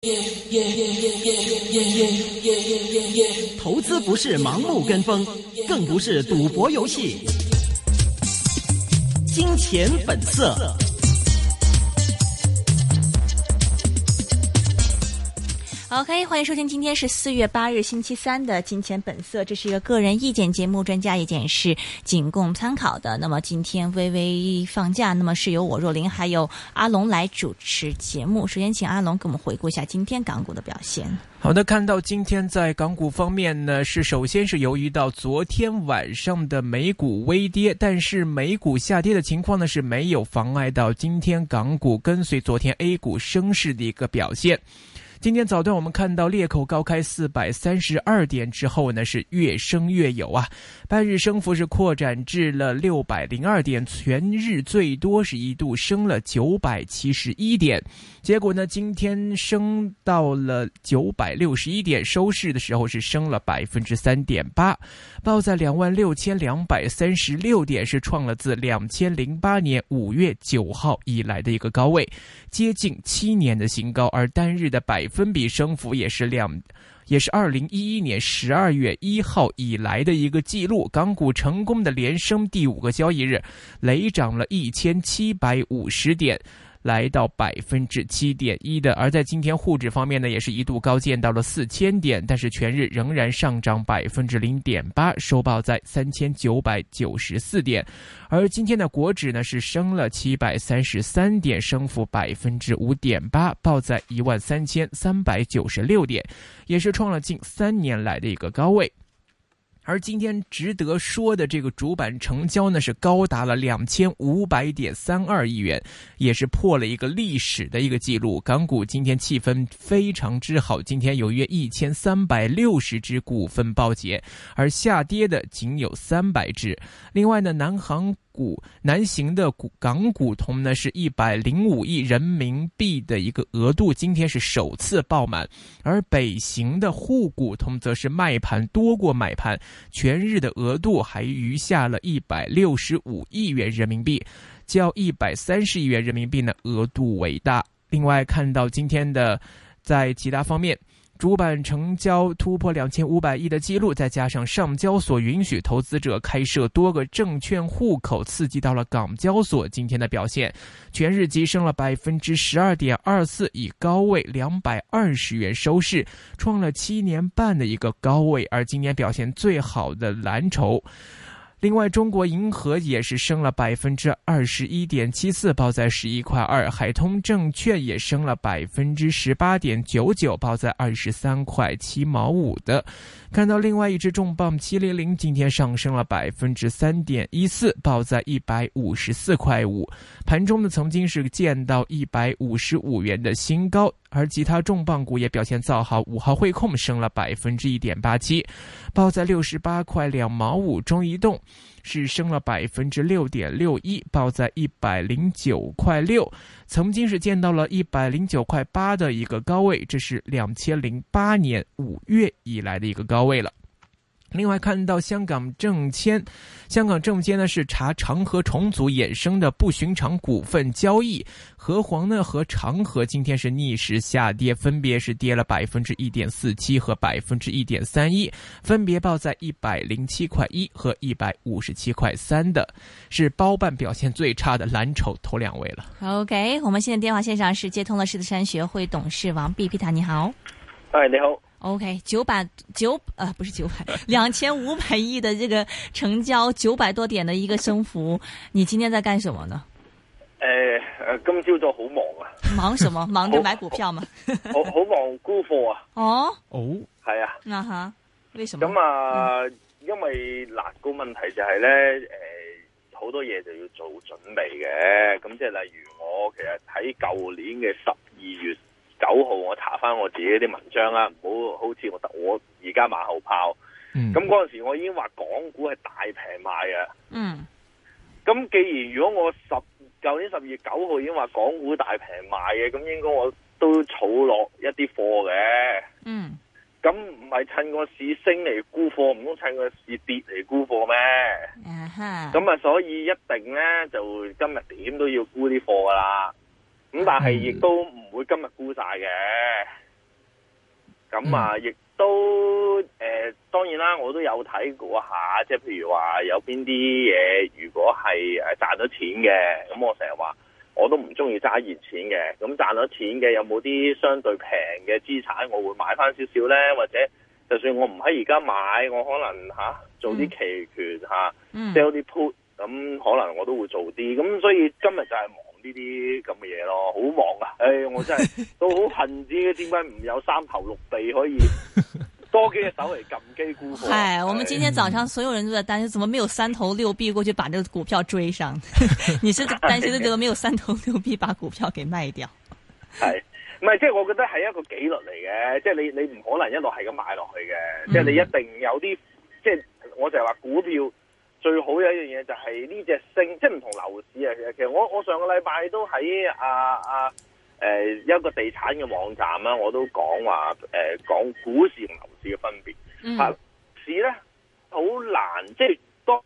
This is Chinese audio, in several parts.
投资不是盲目跟风，更不是赌博游戏。金钱本色。 OK， 欢迎收听，今天是4月8日星期三的金钱本色，这是一个个人意见节目，专家意见是仅供参考的。那么今天微微放假，那么是由我若琳还有阿龙来主持节目。首先请阿龙给我们回顾一下今天港股的表现。 好的，看到今天在港股方面呢，首先是由于到昨天晚上的美股微跌，但是美股下跌的情况呢是没有妨碍到今天港股跟随昨天 A 股升势的一个表现。今天早段我们看到裂口高开432点之后呢是越升越有啊，半日升幅是扩展至了602点，全日最多是一度升了971点，结果呢今天升到了961点，收市的时候是升了 3.8%， 报在26,236点，是创了自2008年5月9号以来的一个高位，接近7年的新高，而单日的分比升幅也是2011年12月1号以来的一个记录。港股成功的连升第5个交易日，累涨了1750点，来到 7.1% 的。而在今天沪指方面呢，也是一度高见到了4000点，但是全日仍然上涨 0.8%， 收报在3994点。而今天的国指呢是升了733点，升幅 5.8%， 报在13396点，也是创了近3年来的一个高位。而今天值得说的这个主板成交呢是高达了2500.32亿元，也是破了一个历史的一个记录。港股今天气氛非常之好，今天有约1360只股份报捷，而下跌的仅有300只。另外呢，南行的港股通呢是105亿人民币的一个额度，今天是首次爆满，而北行的沪股通则是卖盘多过买盘，全日的额度还余下了165亿元人民币，较130亿元人民币呢额度为大。另外看到今天的在其他方面，主板成交突破2500亿的记录，再加上上交所允许投资者开设多个证券户口，刺激到了港交所今天的表现，全日急升了 12.24%， 以高位220元收市，创了7年半的一个高位，而今年表现最好的蓝筹。另外中国银河也是升了 21.74%， 报在11.2块，海通证券也升了 18.99%， 报在23.75块的。看到另外一只重磅700今天上升了 3.14%， 报在154.5块，盘中呢曾经是见到155元的新高。而其他重磅股也表现造好，5号汇控升了 1.87%， 报在68.2块，中移动是升了 6.61%， 报在109.6块，曾经是见到了109.8块的一个高位，这是2008年5月以来的一个高位了。另外看到香港证监呢是查长和重组衍生的不寻常股份交易，和黄呢和长和今天是逆势下跌，分别是跌了 1.47% 和 1.31%， 分别报在107.1块和157.3块的，是包办表现最差的蓝筹头2位了。 OK， 我们现在电话线上是接通了狮子山学会董事王弼Peter，你好。 哎，你好。 OK， 2500亿的这个成交，900多点的一个升幅，你今天在干什么呢？ 今朝早好忙啊。 忙什麼？忙着買股票嗎？ 好忙沽貨啊。 哦， 係啊。 啊哈，為什麼？ 咁啊，因為個問題就係咧，好多嘢就要做準備嘅。咁即係例如我其實喺舊年嘅12月9號，我查翻我自己啲文章啦，唔好好似我而家馬後炮。咁嗰陣時我已經話港股係大平賣啊。咁既然如果我舊年12月9號已經話港股大平賣嘅，咁應該我都儲落一啲貨嘅。咁唔係趁個市升嚟沽貨，唔通趁個市跌嚟沽貨咩？咁啊，所以一定咧就今日點都要沽啲貨噶啦。咁但係亦都唔會今日沽晒嘅。 咁啊，亦都當然啦，我都有睇過下，即係譬如話有邊啲嘢，如果係賺咗錢嘅，咁我成日話我都唔中意揸熱錢嘅。咁賺咗錢嘅有冇啲相對平嘅資產，我會買翻少少呢？或者就算我唔喺而家買，我可能做啲期權sell 啲 put，咁可能我都會做啲。咁所以今日就係忙呢啲咁嘅嘢咯，好忙啊！我真係都好恨自己點解唔有三頭六臂可以多幾隻手嚟撳機沽貨。 係，我們今天早上所有人都在擔心，怎麼沒有三頭六臂過去把這個股票追上？你是擔心這個沒有三頭六臂把股票給賣掉？ 係，唔係即係我覺得係一個紀律嚟嘅，即係你唔可能一路係咁買落去嘅，即係你一定有啲，即係我就係話股票。最好有一樣嘢就係呢隻升，即係唔同樓市啊！其實我上個禮拜都喺一個地產嘅網站啦，我都講話講股市同樓市嘅分別。市咧好難，即係當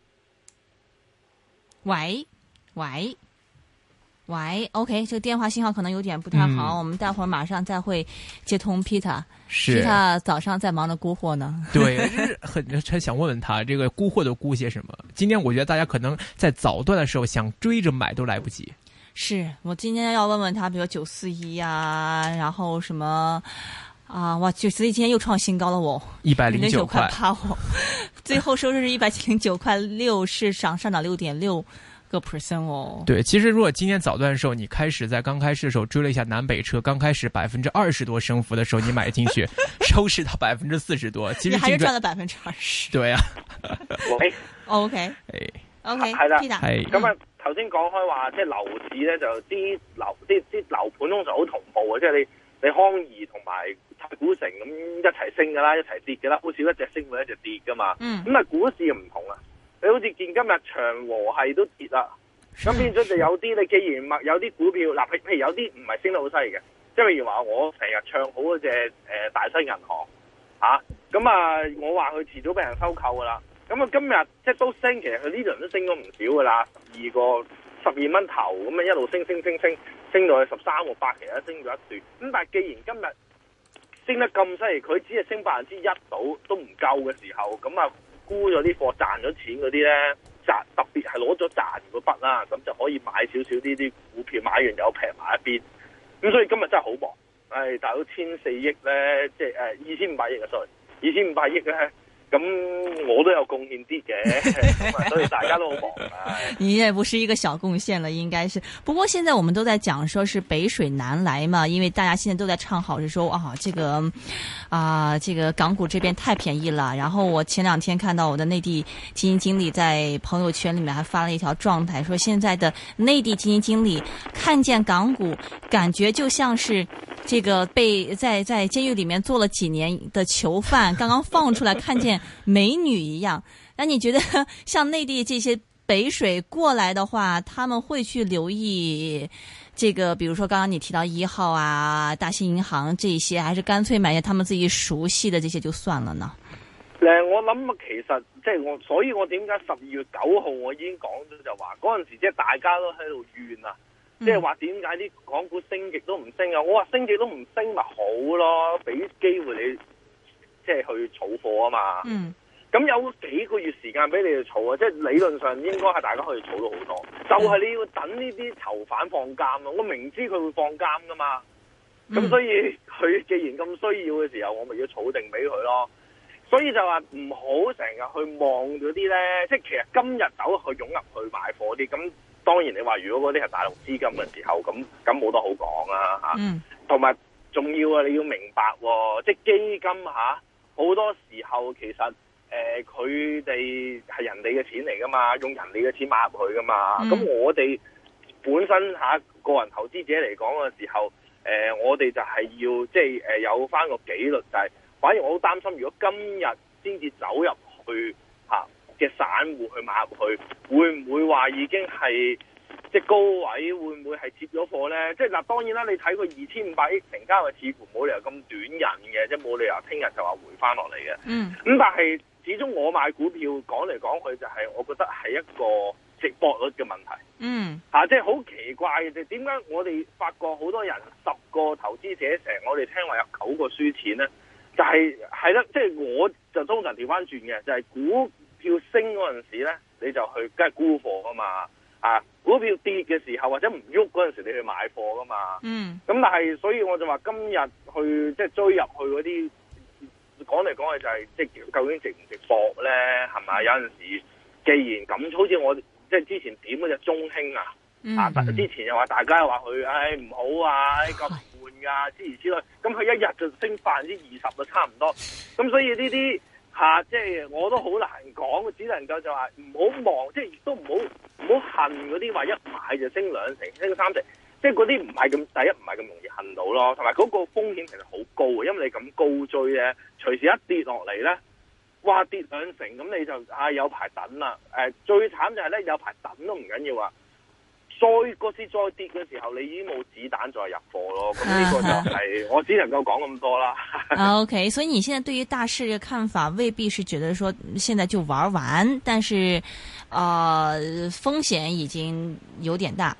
喂 ，OK， 這個電話信號可能有點不太好，我們待會兒馬上再會接通 Peter。Peter 早上在忙着沽貨呢。 對，很想問問他，這個沽貨都沽些什麼？今天我覺得大家可能在早段的時候想追着買都來不及。 是我今天要問問他，比如941啊，然後什麼哇，941今天又創新高了，109塊8，最後收市是109塊6，是上漲6.6%哦。 對，其實如果今天早段的時候，你開始在剛開始的時候追了一下南北車，剛開始20%多升幅的時候，你買進去，收市到40%多，其實你還是賺了20%。 對啊。 OK， 係啦， 係咁啊，頭先講開話，即係樓市咧，就啲樓盤通常好同步嘅，即係你康怡同埋太古城咁一齊升噶啦，一齊跌噶啦，好少一隻升會一隻跌噶嘛。咁啊，股市唔同啊。你好似見今日長和係都跌啦，咁變咗就有啲你既然有啲股票嗱，譬如有啲唔係升得好犀利嘅，即係譬如話我成日唱好嗰隻大西銀行咁我話佢遲早俾人收購噶啦，咁啊今日即係都升，其實佢呢輪都升咗唔少噶啦，12蚊頭咁一路升到去13個8，其實升咗一段。咁但係既然今日升得咁犀利，佢只係升1%到都唔夠嘅時候，咁啊。沽咗啲貨賺咗錢嗰啲咧，特別係攞咗賺嗰筆啦，咁就可以買少少呢啲股票，買完有平埋一邊。咁所以今日真係好忙，大到1400億咧，即係2500億啊 sorry，2500億咧，咁我都有貢獻啲嘅，所以大家都好忙啊。 你也不是一個小貢獻了，應該是。不過現在我們都在講，說是北水南來嘛，因為大家現在都在唱好，是說這個港股這邊太便宜了。然後我前兩天看到我的內地基金經理在朋友圈裏面還發了一條狀態，說現在的內地基金經理看見港股，感覺就像是這個被在監獄裏面做了幾年的囚犯，剛剛放出來看見美女一樣。那你覺得像內地這些北水過來的話，他們會去留意這個，比如說剛剛你提到1號啊、大新銀行這些，還是乾脆買些他們自己熟悉的這些就算了呢？ 我諗其實即係所以我點解12月9號我已經講咗就話嗰陣時即係大家都喺度怨啊，即係話點解啲港股升極都唔升啊？我話升極都唔升咪好咯，俾機會你即係去儲貨啊嘛。咁有幾個月時間俾你去儲啊，即係理論上應該係大家可以儲到好多，就係你要等呢啲囚犯放監咯。我明知佢會放監噶嘛，咁所以佢既然咁需要嘅時候，我咪要儲定俾佢咯。所以就話唔好成日去望嗰啲咧，即係其實今日走去湧入去買貨啲，咁當然你話如果嗰啲係大陸資金嘅時候，咁冇得好講啊嚇。同埋仲要啊，你要明白喎，即係基金嚇好多時候其實。佢哋係人哋嘅錢嚟噶嘛，用人哋嘅錢買入去噶嘛。咁我哋本身個人投資者嚟講嘅時候，我哋就係要即係有翻個紀律，就係反而我好擔心，如果今日先至走入去嘅散戶去買入去，會唔會話已經係即係高位？會唔會係接咗貨咧？即係嗱，當然啦，你睇佢2500億成交嘅，似乎冇理由咁短癮嘅，即係冇理由聽日就話回翻落嚟嘅。咁但係。始終我買股票講嚟講去就係，我覺得係一個值博率嘅問題。即係好奇怪嘅，點解我哋發覺好多人10個投資者成，我哋聽話有9個輸錢呢？ 就係啦，即係我就通常調翻轉嘅，就係股票升嗰陣時咧，你就去梗係沽貨噶嘛，啊，股票跌嘅時候或者唔喐嗰陣時，你去買貨噶嘛。咁但係所以我就話今日去即係追入去嗰啲，講嚟講去就係即係究竟值唔值博咧？係咪？有陣時既然咁，好似我即係之前點嗰隻中興啊。之前又話大家話佢，唔好啊，咁悶噶，諸如此類。咁佢一日就升20%，就差唔多。咁所以呢啲即係我都好難講，只能夠就話唔好望，即係亦都唔好恨嗰啲話一買就升2成、升3成，即係嗰啲唔係咁，第一唔係咁容易恨到咯。同埋嗰個風險其實好高嘅，因為你咁高追咧，隨時一跌落嚟咧，哇跌2成，咁你就有排等啦。最慘就係咧有排等都唔緊要啊。嗰次再跌嘅時候，你已經冇子彈再入貨咯。咁呢個就係我只能夠講咁多啦。 OK， 所以你現在對於大市嘅看法，未必是覺得說現在就玩完，但是風險已經有點大。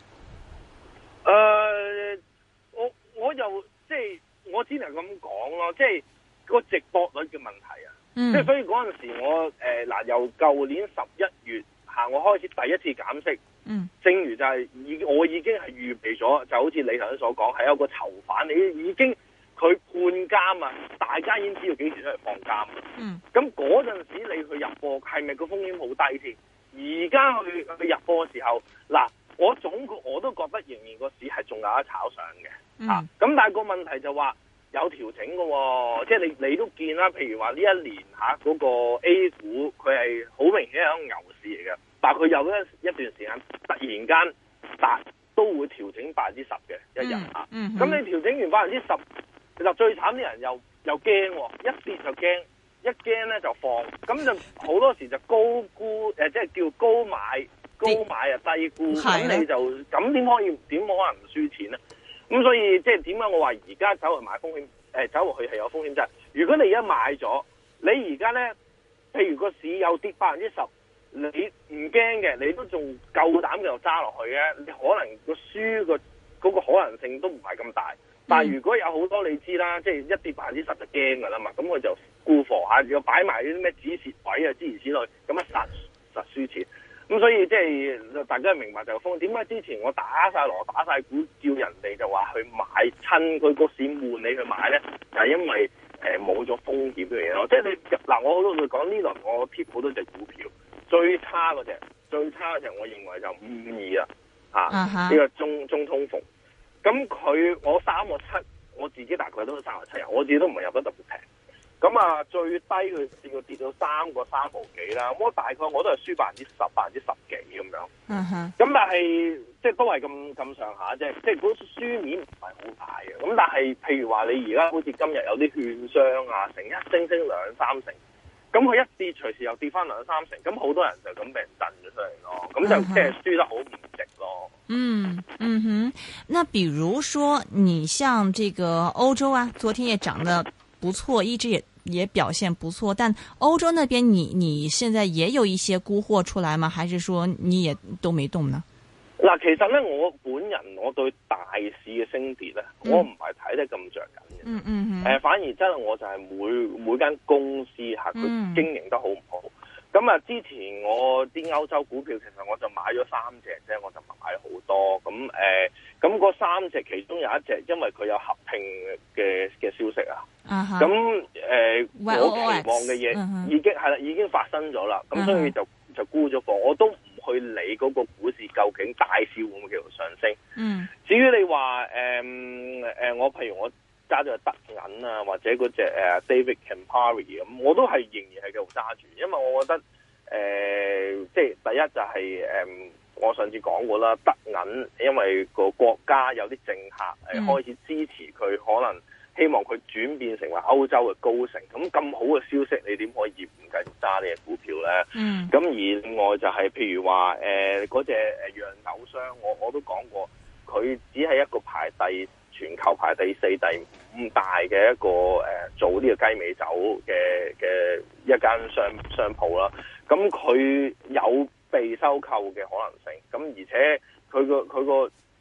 我又即係我只能咁講咯，即係個值博率嘅問題啊。即係所以嗰陣時我由舊年11月我開始第一次減息。正如就係我已經係預備咗，就好似你頭先所講，係有個囚犯，你已經佢判監啊，大家已經知道幾時出嚟放監。咁嗰陣時你去入貨，係咪個風險好低先？而家去入貨嘅時候，嗱，我都覺得仍然個市係仲有得炒上嘅。咁但係個問題就話有調整嘅喎，即係你都見啦，譬如話呢一年嗰個 A 股，佢係好明顯係一個牛市嚟嘅。但係佢有一段時間突然間都會調整10%嘅一日咁你調整完10%，其實最慘啲人又驚喎，一跌就驚，一驚咧就放，咁就好多時就高估即係叫高買低估，咁你就咁點可能唔輸錢咧？咁所以即係點解我話而家走去買風險走落去係有風險，就係如果你一買咗，你而家咧譬如個市又跌10%。你唔驚嘅，你都仲夠膽繼續揸落去嘅，你可能個輸嗰個可能性都唔係咁大。但係如果有好多你知啦，即係一跌10%就驚㗎啦嘛，咁佢就沽貨嚇，如果擺埋啲咩止蝕位啊諸如此類，咁啊實輸錢。咁所以即係大家明白就係點解之前我打晒鑼打晒鼓，叫人哋就話去買，趁佢個市悶你去買咧，就係因為冇咗風險嘅嘢咯。即係你嗱，我好多會講呢輪我貼好多隻股票。最差嗰隻，我認為就552啦，呢個中通服。咁我3.7，我自己大概都37，我自己都唔係入得特別平。咁最低佢試過跌到3.3毫幾啦。咁我大概我都係輸10%、10幾咁樣。咁但係即係都係咁上下啫。即係嗰輸面唔係好大嘅。咁但係譬如話你而家好似今日有啲券商成一升2-3成。咁佢一跌，隨時又跌翻2-3成，咁好多人就咁被人震咗出嚟咯，咁就即係輸得好唔值咯。 那比如說，你像這個歐洲昨天也漲得不錯，一直也表現不錯，但歐洲那邊你現在也有一些沽貨出來嗎？還是說你也都沒動呢？ 嗱，其實咧，我本人我對大市嘅升跌咧，我唔係睇得咁着緊嘅。反而真係我就係每間公司佢經營得好唔好。咁之前我啲歐洲股票，其實我就買咗3隻啫，我就唔買好多。咁嗰3隻其中有一隻，因為佢有合併嘅消息啊。咁我期望嘅嘢已經發生咗啦。咁所以就沽咗貨，我都唔去理嗰個股市究竟大市會唔會繼續上升。至於你話我譬如我揸咗德銀啊，或者嗰隻David Campari 咁，我都係仍然係繼續揸住，因為我覺得即係第一就係我上次講過啦，德銀因為個國家有啲政客開始支持佢，可能希望佢轉變成為歐洲嘅高盛，咁好嘅消息，你點可以唔繼續揸呢隻股票咧？咁而另外就係譬如話嗰隻釀酒商，我都講過，佢只係一個全球排第4、第5大嘅一個做呢個雞尾酒嘅一間商鋪啦。咁佢有被收購嘅可能性，咁而且佢個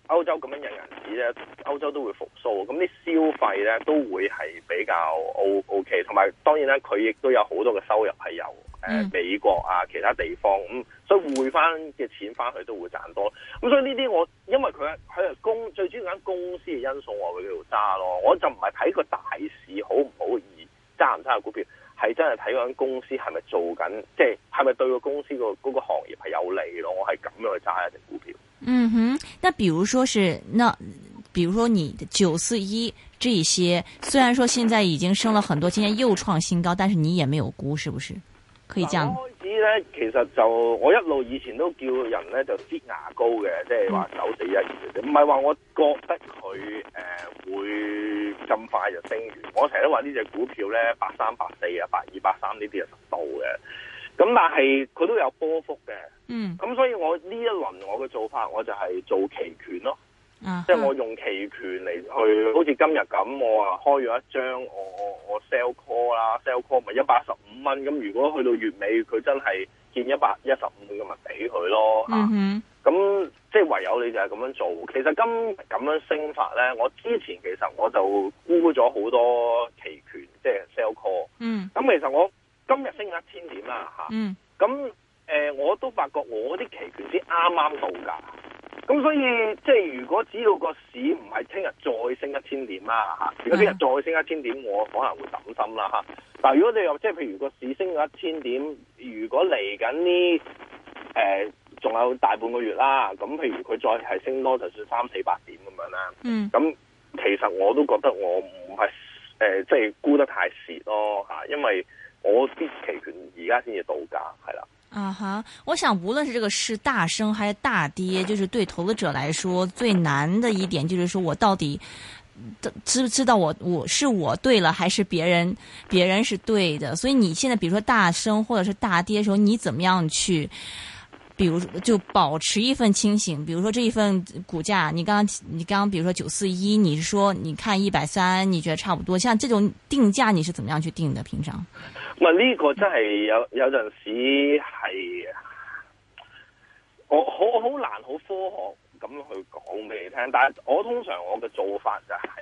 歐洲咁樣印銀紙咧，歐洲都會復甦，咁啲消費咧都會係比較 OK， 同埋當然咧佢亦都有好多嘅收入係由美國啊其他地方咁，所以匯翻嘅錢翻去都會賺多。咁所以呢啲因為佢係最主要間公司嘅因素，我會叫做揸咯，我就唔係睇個大市好唔好而揸唔揸嘅股票，係真係睇嗰間公司係咪做緊，即係咪對個公司嗰個行業係有利咯，我係咁樣去揸一隻股票。 嗯哼，那比如說你的941這些，雖然說現在已經升了很多，今天又創新高，但是你也沒有沽，是不是？可以這樣。 開始咧，其實就我一路以前都叫人咧就擠牙膏嘅，即係話941嘅啫，唔係話我覺得佢會咁快就升完。我成日都話呢隻股票咧83、84啊、82、83呢啲係實到嘅。咁但係佢都有波幅嘅，咁所以我呢一輪我嘅做法，我就係做期權咯，即係我用期權嚟去，好似今日咁，我話開咗一張，我 sell call 啦，sell call 咪115蚊，咁如果去到月尾佢真係見115咁咪俾佢咯，咁即係唯有你就係咁樣做。其實今日咁樣升法咧，我之前其實我就沽咗好多期權，即係 sell call，咁其實我今日升咗1000點啦嚇，咁我都發覺我啲期權先啱啱到價，咁所以即係如果只要個市唔係聽日再升1000點啦嚇，如果聽日再升1000點，我可能會抌心啦嚇。但係如果你又即係譬如個市升咗1000點，如果嚟緊呢仲有大半個月啦，咁譬如佢再係升多，就算300-400點咁樣啦，咁其實我都覺得我唔係即係沽得太蝕咯嚇，因為我啲期權而家先至到價，係啦。 啊哈，我想無論是這個市大升還是大跌，就是對投資者來說最難的一點，就是說我到底知不知道我是我對了，還是別人是對的？所以你現在比如說大升或者是大跌的時候，你怎麼樣去，比如就保持一份清醒？比如說這一份股價，你剛剛比如說941，你是說你看130，你覺得差不多，像這種定價你是怎麼樣去定的？平常？ 呢個真係有陣時係我好難好科學咁去講俾你聽，但係我通常我嘅做法就係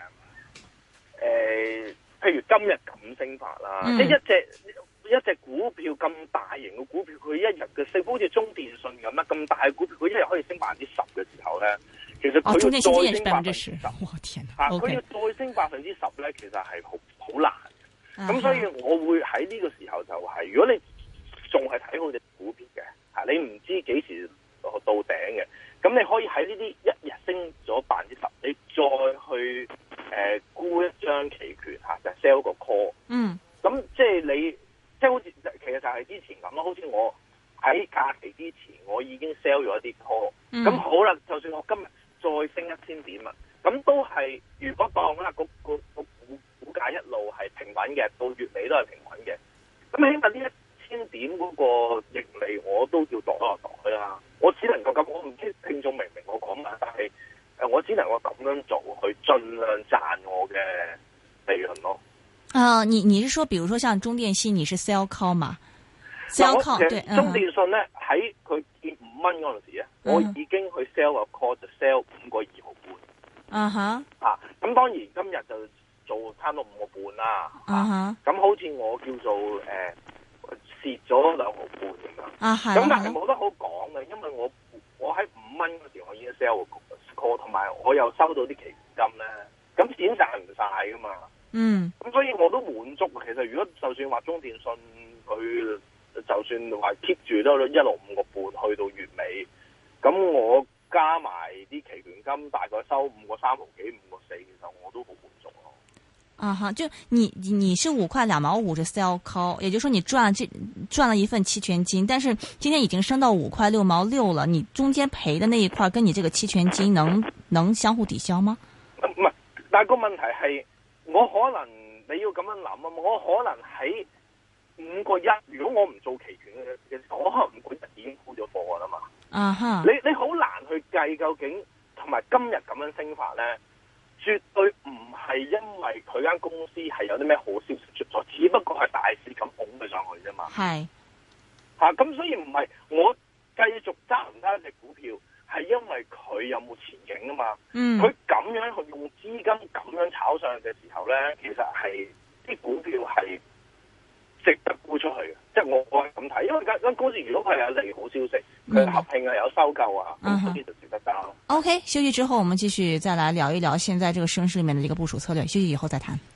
譬如今日咁升法啦，即係一隻股票咁大型嘅股票，佢一日嘅升，好似中電信咁啦，咁大嘅股票，佢一日可以升10%嘅時候咧，其實佢要再升10%， 我天啊，佢要再升10%咧，其實係好難。咁所以我會喺呢個時候就係，如果你仲係睇好隻股票嘅，你唔知幾時到頂嘅，咁你可以喺呢啲一日升咗10%，你再去沽一張期權就 sell 個 call。咁即係你即係好似其實就係之前咁咯，好似我喺假期之前我已經 sell 咗一啲 call。咁好啦，就算我今日再升1000點啊，咁都係如果當啦個股價一路係平穩嘅，到月尾都係平穩嘅。咁起碼呢1000點嗰個盈利，我都要度一度啦。我只能夠咁，我唔知聽眾明唔明我講嘛？但係我只能夠咁樣做，去盡量賺我嘅利潤咯。 你是說，比如說像中電信，你是 sell call 嘛？sell call 對， 中電信咧喺佢見5蚊嗰陣時咧，我已經去 sell 個 call 就 sell 5個2毫半。咁當然今日就做差唔多5個半啦，咁好似我叫做蝕咗2毫半咁樣，咁但係冇得好講嘅，因為我喺5蚊嗰時我已經 sell 個 call， 同埋我又收到啲期金咧，咁錢賺唔晒噶嘛，咁所以我都滿足。其實如果就算話中電信佢就算話 keep 住都1路5個半去到月尾，咁我加埋啲期權金大概收5個3毫幾5個4，其實我都好滿足咯。 就你是5塊2毛5是 sell call， 也就是說你賺了一份期權金，但是今天已經升到5塊6毛6了，你中間賠的那一塊跟你這個期權金能相互抵消嗎？ 唔係，但係個問題係我可能你要咁樣諗啊，我可能喺5個1，如果我唔做期權嘅，我可能5個1已經沽咗貨㗎啦嘛。你好難去計究竟，同埋今日咁樣升法咧，絕對唔係因為佢間公司係有啲咩好消息出咗，只不過係大市咁拱佢上去啫嘛。係咁所以唔係我繼續揸唔揸一隻股票， 係因為佢有冇前景啊嘛。 嗯， 佢咁樣去用資金咁樣炒上去嘅時候咧，其實係啲股票係值得沽出去嘅。即係我係咁睇，因為間公司如果佢係有利好消息，佢合併啊有收購啊，咁呢啲就值得揸。 OK，休息之後我們繼續再來聊一聊現在這個升勢裏面的一個部署策略。休息以後再談。